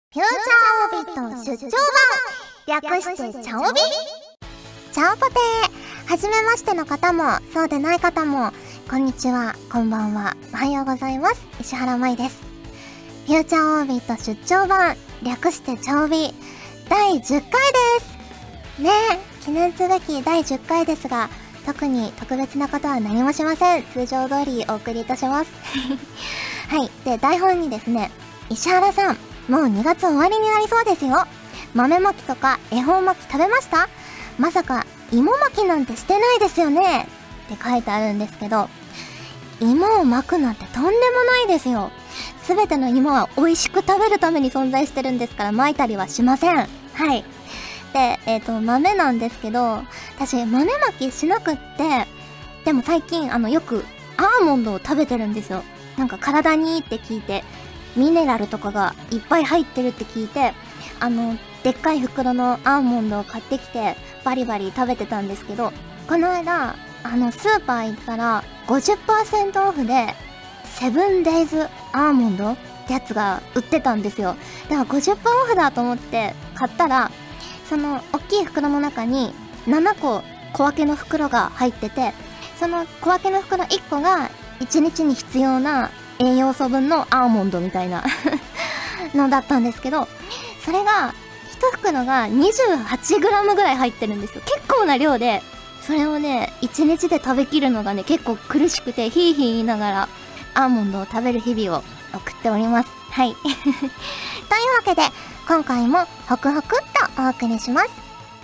フューチャーオービット出張版、略してチャオビ。チャオポテー。はじめましての方もそうでない方もこんにちは、こんばんは、おはようございます。石原舞です。フューチャーオービット出張版、略してチャオビ第10回ですね。記念すべき第10回ですが、特に特別なことは何もしません。通常通りお送りいたしますはい。で、台本にですね、石原さんもう2月終わりになりそうですよ。豆まきとか恵方巻き食べました？まさか芋巻きなんてしてないですよねって書いてあるんですけど、芋を巻くなんてとんでもないですよ。すべての芋は美味しく食べるために存在してるんですから、巻いたりはしません。はい。で、豆なんですけど、私豆巻きしなくって、でも最近よくアーモンドを食べてるんですよ。なんか体にいいって聞いて、ミネラルとかがいっぱい入ってるって聞いて、でっかい袋のアーモンドを買ってきてバリバリ食べてたんですけど、この間スーパー行ったら 50% オフでセブンデイズアーモンドってやつが売ってたんですよ。だから 50% オフだと思って買ったら、その大きい袋の中に7個小分けの袋が入ってて、その小分けの袋1個が1日に必要な栄養素分のアーモンドみたいなのだったんですけど、それが1袋が 28g ぐらい入ってるんですよ。結構な量で、それをね1日で食べきるのがね結構苦しくて、ヒーヒー言いながらアーモンドを食べる日々を送っております。はいというわけで今回もホクホクっとお送りします。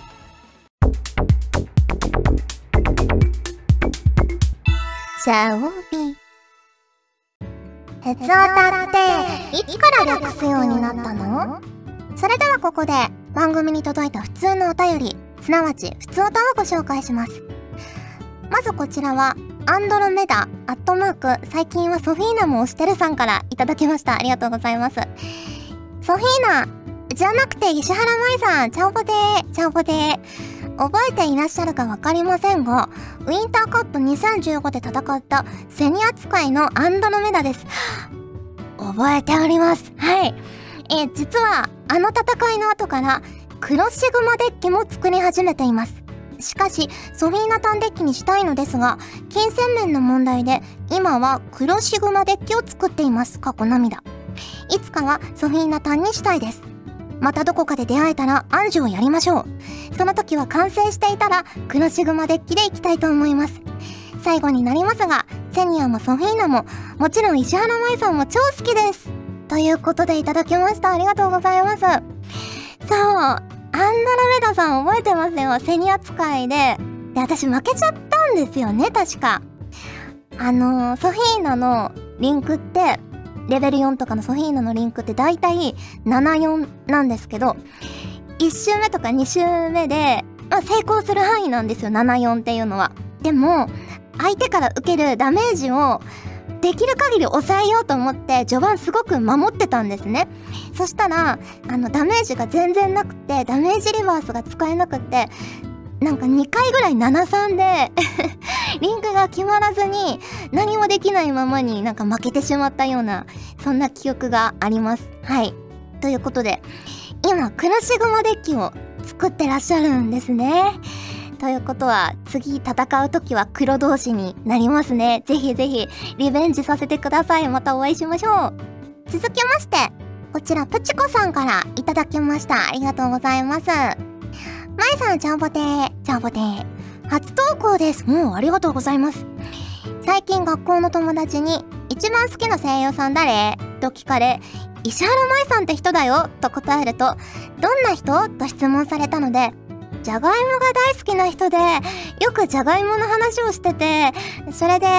シャオビ。鉄オタっていつから略すようになったの？それではここで番組に届いた普通のお便り、すなわち普通オタをご紹介します。まずこちらはアンドロメダ最近はソフィーナも推してるさんからいただきました。ありがとうございます。ソフィーナじゃなくて石原舞さん、チャオポテー、チャオポテー。覚えていらっしゃるかわかりませんが、ウィンターカップ2015で戦ったセニ扱いのアンドロメダです。覚えております。はい。実はあの戦いの後から黒シグマデッキも作り始めています。しかしソフィーナタンデッキにしたいのですが、金銭面の問題で今は黒シグマデッキを作っています。過去涙。いつかはソフィーナタンにしたいです。またどこかで出会えたらアンジュをやりましょう。その時は完成していたら黒シグマデッキでいきたいと思います。最後になりますが、セニアもソフィーナももちろん石原舞さんも超好きです。ということでいただきました。ありがとうございます。そう、アンドロメダさん覚えてますよ。セニ扱いで私負けちゃったんですよね、確か。ソフィーナのリンクってレベル4とかのソフィーナのリンクってだいたい74なんですけど、1周目とか2周目で、成功する範囲なんですよ、74っていうのは。でも相手から受けるダメージをできる限り抑えようと思って序盤すごく守ってたんですね。そしたらダメージが全然なくて、ダメージリバースが使えなくって、なんか2回ぐらい73でリンクが決まらずに何もできないままになんか負けてしまったような、そんな記憶があります。はい。ということで今黒シグマデッキを作ってらっしゃるんですね。ということは次戦う時は黒同士になりますね。ぜひぜひリベンジさせてください。またお会いしましょう。続きましてこちらプチコさんからいただきました。ありがとうございます。まいさん、チャオポテー、チャオポテー。初投稿です。もうありがとうございます。最近学校の友達に一番好きな声優さん誰と聞かれ、石原舞さんって人だよと答えると、どんな人と質問されたので、じゃがいもが大好きな人でよくじゃがいもの話をしてて、それで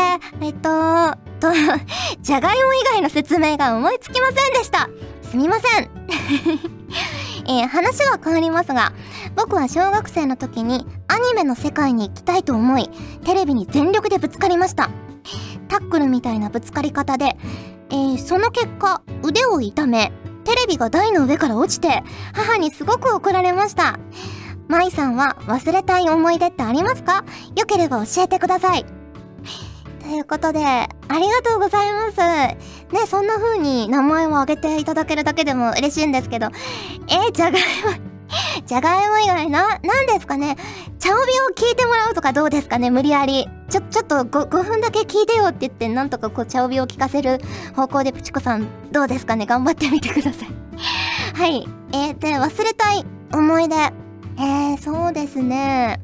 じゃがいも以外の説明が思いつきませんでした。すみません話は変わりますが、僕は小学生の時にアニメの世界に行きたいと思い、テレビに全力でぶつかりました。タックルみたいなぶつかり方で、その結果腕を痛め、テレビが台の上から落ちて母にすごく怒られました。まいさんは忘れたい思い出ってありますか？よければ教えてください。ということでありがとうございます。 ね、そんな風に名前を挙げていただけるだけでも嬉しいんですけど、じゃがいもじゃがいも以外なんですかね。チャオビを聞いてもらうとかどうですかね、無理やり。ちょっと 5分だけ聞いてよって言って、なんとかこう、チャオビを聞かせる方向でプチコさん、どうですかね、頑張ってみてください。はい。で、忘れたい思い出。そうですね。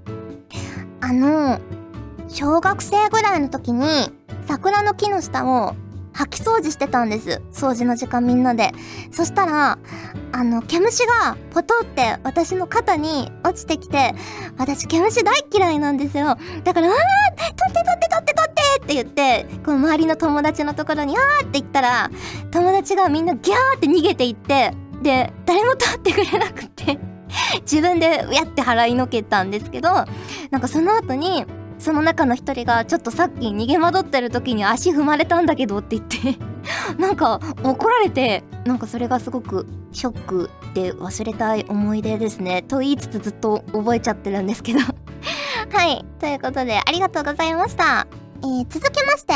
小学生ぐらいの時に、桜の木の下を掃き掃除してたんです。掃除の時間みんなで。そしたら、毛虫がポトって私の肩に落ちてきて、私毛虫大嫌いなんですよ。だから、取ってって言って、こう周りの友達のところに、って言ったら、友達がみんなギャーって逃げていって、で、誰も取ってくれなくて、自分でやって払いのけたんですけど、なんかその後に、その中の一人がちょっとさっき逃げ惑ってる時に足踏まれたんだけどって言ってなんか怒られて、なんかそれがすごくショックで忘れたい思い出ですねと言いつつずっと覚えちゃってるんですけどはい、ということでありがとうございました。続きまして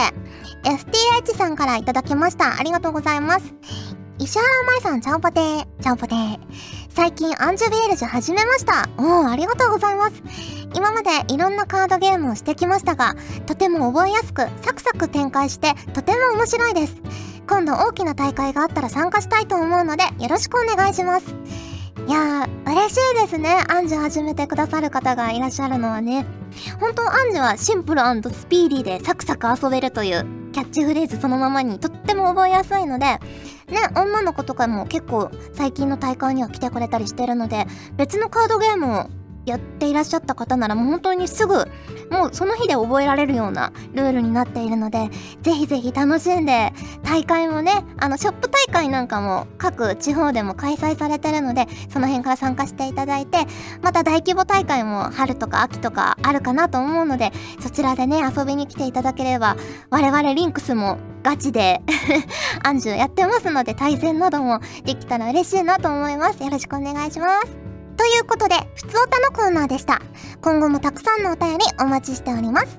FTH さんからいただきました。ありがとうございます。石原舞さん、チャオポテー。チャオポテー。最近アンジュビエルジュ始めました。ありがとうございます。今までいろんなカードゲームをしてきましたが、とても覚えやすくサクサク展開してとても面白いです。今度大きな大会があったら参加したいと思うのでよろしくお願いします。いやー、嬉しいですね。アンジュ始めてくださる方がいらっしゃるのはね。本当アンジュはシンプル&スピーディーでサクサク遊べるというキャッチフレーズそのままにとっても覚えやすいので、ね、女の子とかも結構最近の大会には来てくれたりしてるので、別のカードゲームをやっていらっしゃった方ならもう本当にすぐもうその日で覚えられるようなルールになっているので、ぜひぜひ楽しんで、大会もね、ショップ大会なんかも各地方でも開催されてるので、その辺から参加していただいて、また大規模大会も春とか秋とかあるかなと思うので、そちらでね遊びに来ていただければ、我々リンクスもガチでアンジュやってますので、対戦などもできたら嬉しいなと思います。よろしくお願いします。ということで、ふつおたのコーナーでした。今後もたくさんのお便りお待ちしております。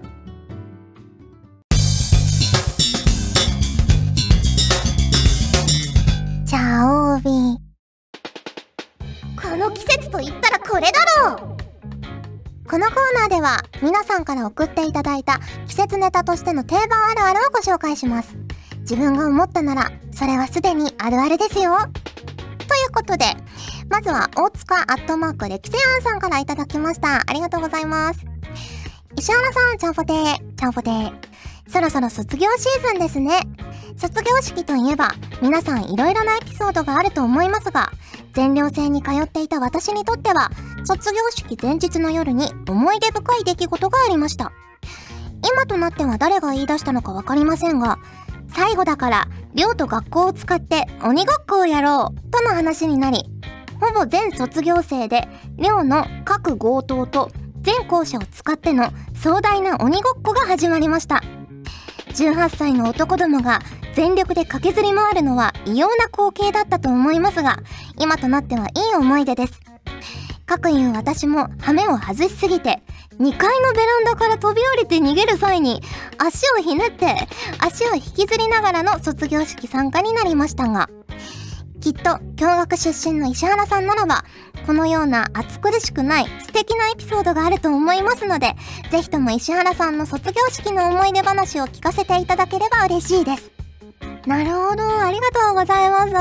チャオビー。この季節と言ったらこれだろう。このコーナーでは皆さんから送っていただいた季節ネタとしての定番あるあるをご紹介します。自分が思ったならそれはすでにあるあるですよ。ということで、まずは大塚@歴世庵さんからいただきました。ありがとうございます。石原さん、ちゃんぽてー。ちゃんぽてー。そろそろ卒業シーズンですね。卒業式といえば皆さんいろいろなエピソードがあると思いますが、全寮制に通っていた私にとっては卒業式前日の夜に思い出深い出来事がありました。今となっては誰が言い出したのかわかりませんが、最後だから寮と学校を使って鬼ごっこをやろうとの話になり、ほぼ全卒業生で寮の各強盗と全校舎を使っての壮大な鬼ごっこが始まりました。18歳の男どもが全力で駆けずり回るのは異様な光景だったと思いますが、今となってはいい思い出です。かくいう私も羽目を外しすぎて2階のベランダから飛び降りて逃げる際に足をひねって足を引きずりながらの卒業式参加になりましたが、きっと共学出身の石原さんならばこのような暑苦しくない素敵なエピソードがあると思いますので、ぜひとも石原さんの卒業式の思い出話を聞かせていただければ嬉しいです。なるほど、ありがとうございます。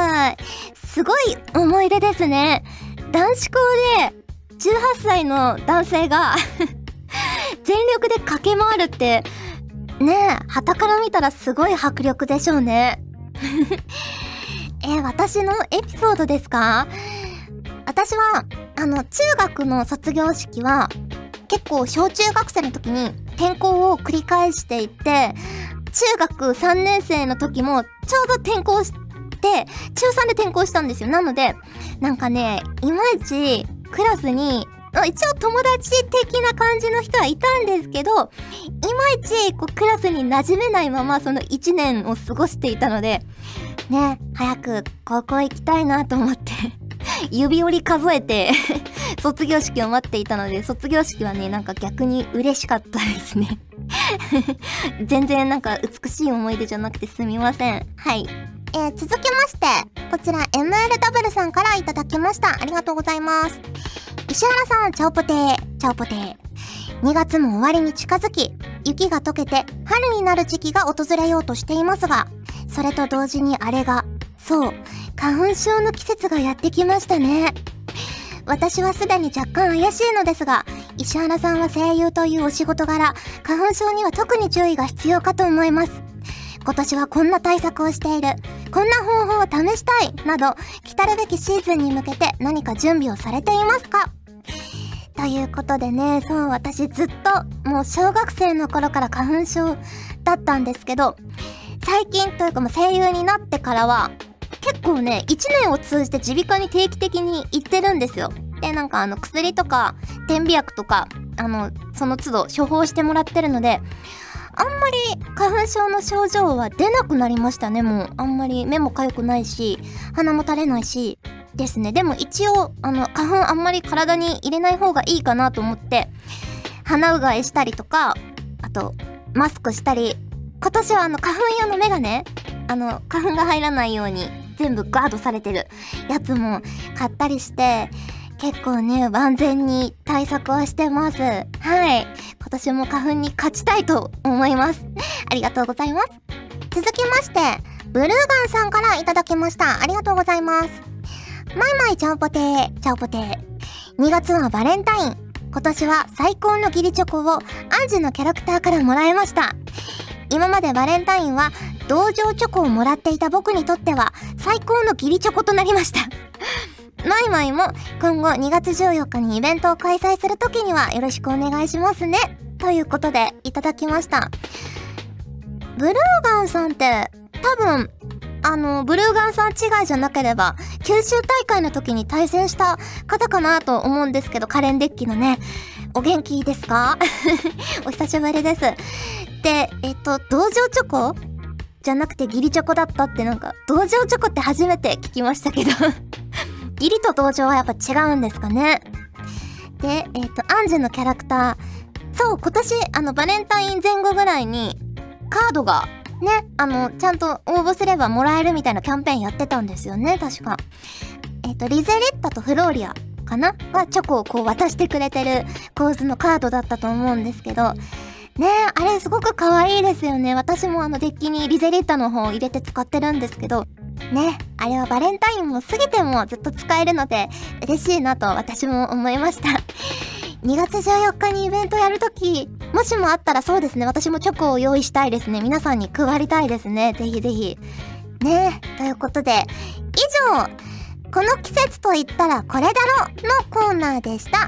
すごい思い出ですね。男子校で18歳の男性が全力で駆け回るってねえ、傍から見たらすごい迫力でしょうね私のエピソードですか？私は中学の卒業式は結構小中学生の時に転校を繰り返していて、中学3年生の時もちょうど転校して中3で転校したんですよ。なのでなんかね、いまいちクラスに一応友達的な感じの人はいたんですけど、いまいちクラスに馴染めないままその1年を過ごしていたのでね、早く高校行きたいなと思って指折り数えて卒業式を待っていたので、卒業式はね、なんか逆に嬉しかったですね全然なんか美しい思い出じゃなくてすみません。はい。 続きまして、こちら MLW さんからいただきました。ありがとうございます。石原さん、チャオポテー、チャオポテー。2月も終わりに近づき、雪が溶けて春になる時期が訪れようとしていますが、それと同時にあれが、そう、花粉症の季節がやってきましたね。私はすでに若干怪しいのですが、石原さんは声優というお仕事柄、花粉症には特に注意が必要かと思います。今年はこんな対策をしている、こんな方法を試したい、など、来たるべきシーズンに向けて何か準備をされていますか？ということでね、そう、私ずっと、もう小学生の頃から花粉症だったんですけど、最近というかもう声優になってからは、結構ね、1年を通じて耳鼻科に定期的に行ってるんですよ。で、なんか薬とか、点鼻薬とか、その都度処方してもらってるので、あんまり花粉症の症状は出なくなりましたね。もうあんまり目も痒くないし、鼻も垂れないしですね。でも一応花粉あんまり体に入れない方がいいかなと思って鼻うがいしたりとか、あとマスクしたり、今年は花粉用のメガネ、花粉が入らないように全部ガードされてるやつも買ったりして、結構ね、万全に対策はしてます。はい。今年も花粉に勝ちたいと思います。ありがとうございます。続きまして、ブルーガンさんからいただきました。ありがとうございます。マイマイチャオポテー、チャオポテー。2月はバレンタイン。今年は最高の義理チョコをアンジュのキャラクターからもらいました。今までバレンタインは同情チョコをもらっていた僕にとっては最高の義理チョコとなりました。マイマイも今後2月14日にイベントを開催するときにはよろしくお願いしますね。ということでいただきました。ブルーガンさんって多分ブルーガンさん違いじゃなければ九州大会の時に対戦した方かなと思うんですけど、カレンデッキのね、お元気ですか？お久しぶりです。で、同情チョコじゃなくて義理チョコだったって、なんか同情チョコって初めて聞きましたけど義理と同情はやっぱ違うんですかね。で、アンジュのキャラクター、そう、今年バレンタイン前後ぐらいにカードがね、ちゃんと応募すればもらえるみたいなキャンペーンやってたんですよね、確か。リゼレッタとフローリアかながチョコをこう渡してくれてる構図のカードだったと思うんですけど、ね、あれすごく可愛いですよね。私もデッキにリゼレッタの方を入れて使ってるんですけど、ね、あれはバレンタインも過ぎてもずっと使えるので嬉しいなと私も思いました。2月14日にイベントやるとき、もしもあったらそうですね、私もチョコを用意したいですね。皆さんに配りたいですね。ぜひぜひ。ね、ということで、以上、この季節と言ったらこれだろのコーナーでした。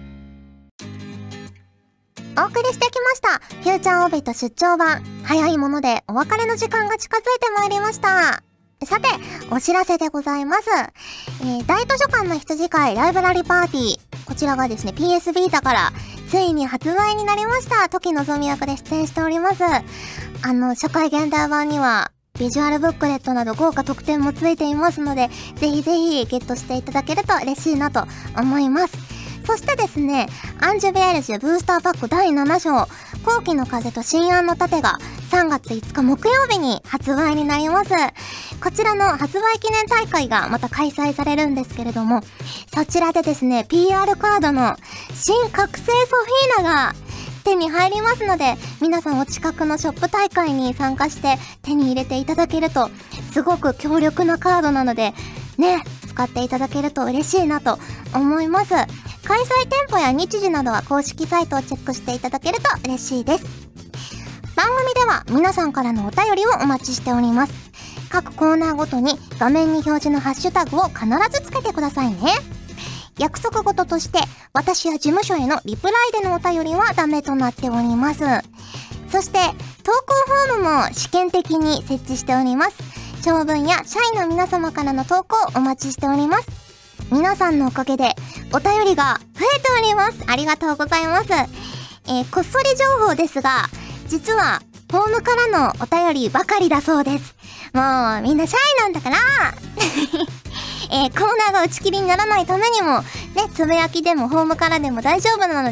お送りしてきました。フューチャーオビット出張版。早いものでお別れの時間が近づいてまいりました。さて、お知らせでございます。大図書館の羊会ライブラリパーティー。こちらがですね、PS ビータからついに発売になりました。時のぞみ役で出演しております。初回現代版には、ビジュアルブックレットなど豪華特典もついていますので、ぜひぜひゲットしていただけると嬉しいなと思います。そしてですね、アンジュベールジュブースターパック第7章、後期の風と新案の盾が3月5日木曜日に発売になります。こちらの発売記念大会がまた開催されるんですけれども、そちらでですね、PR カードの新覚醒ソフィーナが手に入りますので、皆さんお近くのショップ大会に参加して手に入れていただけると、すごく強力なカードなので、ね、使っていただけると嬉しいなと思います。開催店舗や日時などは公式サイトをチェックしていただけると嬉しいです。番組では皆さんからのお便りをお待ちしております。各コーナーごとに画面に表示のハッシュタグを必ずつけてくださいね。約束事として私や事務所へのリプライでのお便りはダメとなっております。そして投稿フォームも試験的に設置しております。長文や社員の皆様からの投稿をお待ちしております。皆さんのおかげでお便りが増えております。ありがとうございます。こっそり情報ですが、実はホームからのお便りばかりだそうです。もうみんなシャイなんだからコーナーが打ち切りにならないためにもね、つぶやきでもホームからでも大丈夫なので、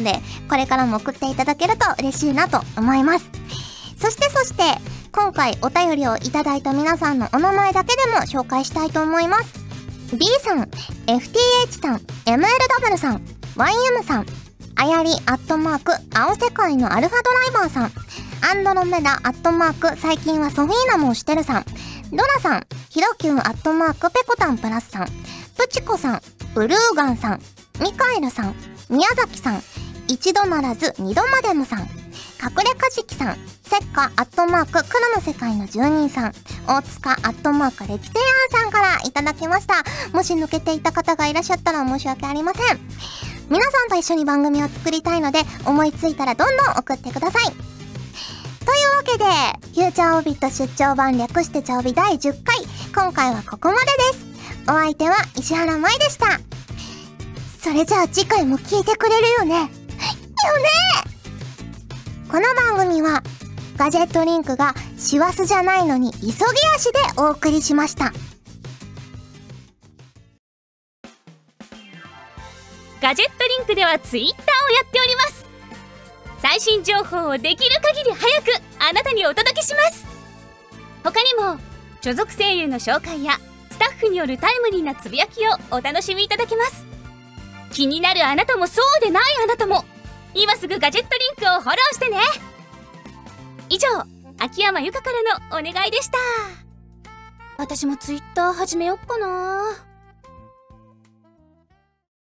これからも送っていただけると嬉しいなと思います。そして今回お便りをいただいた皆さんのお名前だけでも紹介したいと思います。 B さん、 FTH さん、 MLW さん、 YM さん、あやり青世界のアルファドライバーさん、アンドロメダ最近はソフィーナもしてるさん、ドラさん、ヒロキューペコタンプラスさん、プチコさん、ブルーガンさん、ミカエルさん、宮崎さん、一度ならず二度までもさん、隠れカジキさん、セッカ黒の世界の住人さん、大塚歴世庵さんからいただきました。もし抜けていた方がいらっしゃったら申し訳ありません。皆さんと一緒に番組を作りたいので、思いついたらどんどん送ってください。というわけで、フューチャーオビット出張版略してチャオビ第10回、今回はここまでです。お相手は石原舞でした。それじゃあ次回も聞いてくれるよね。よね。この番組はガジェットリンクが師走じゃないのに急ぎ足でお送りしました。 ガジェットリンクではツイッターをやっております。最新情報をできる限り早くあなたにお届けします。他にも所属声優の紹介やスタッフによるタイムリーなつぶやきをお楽しみいただけます。気になるあなたもそうでないあなたも今すぐガジェットリンクをフォローしてね。以上、秋山由佳からのお願いでした。私もツイッター始めよっかな。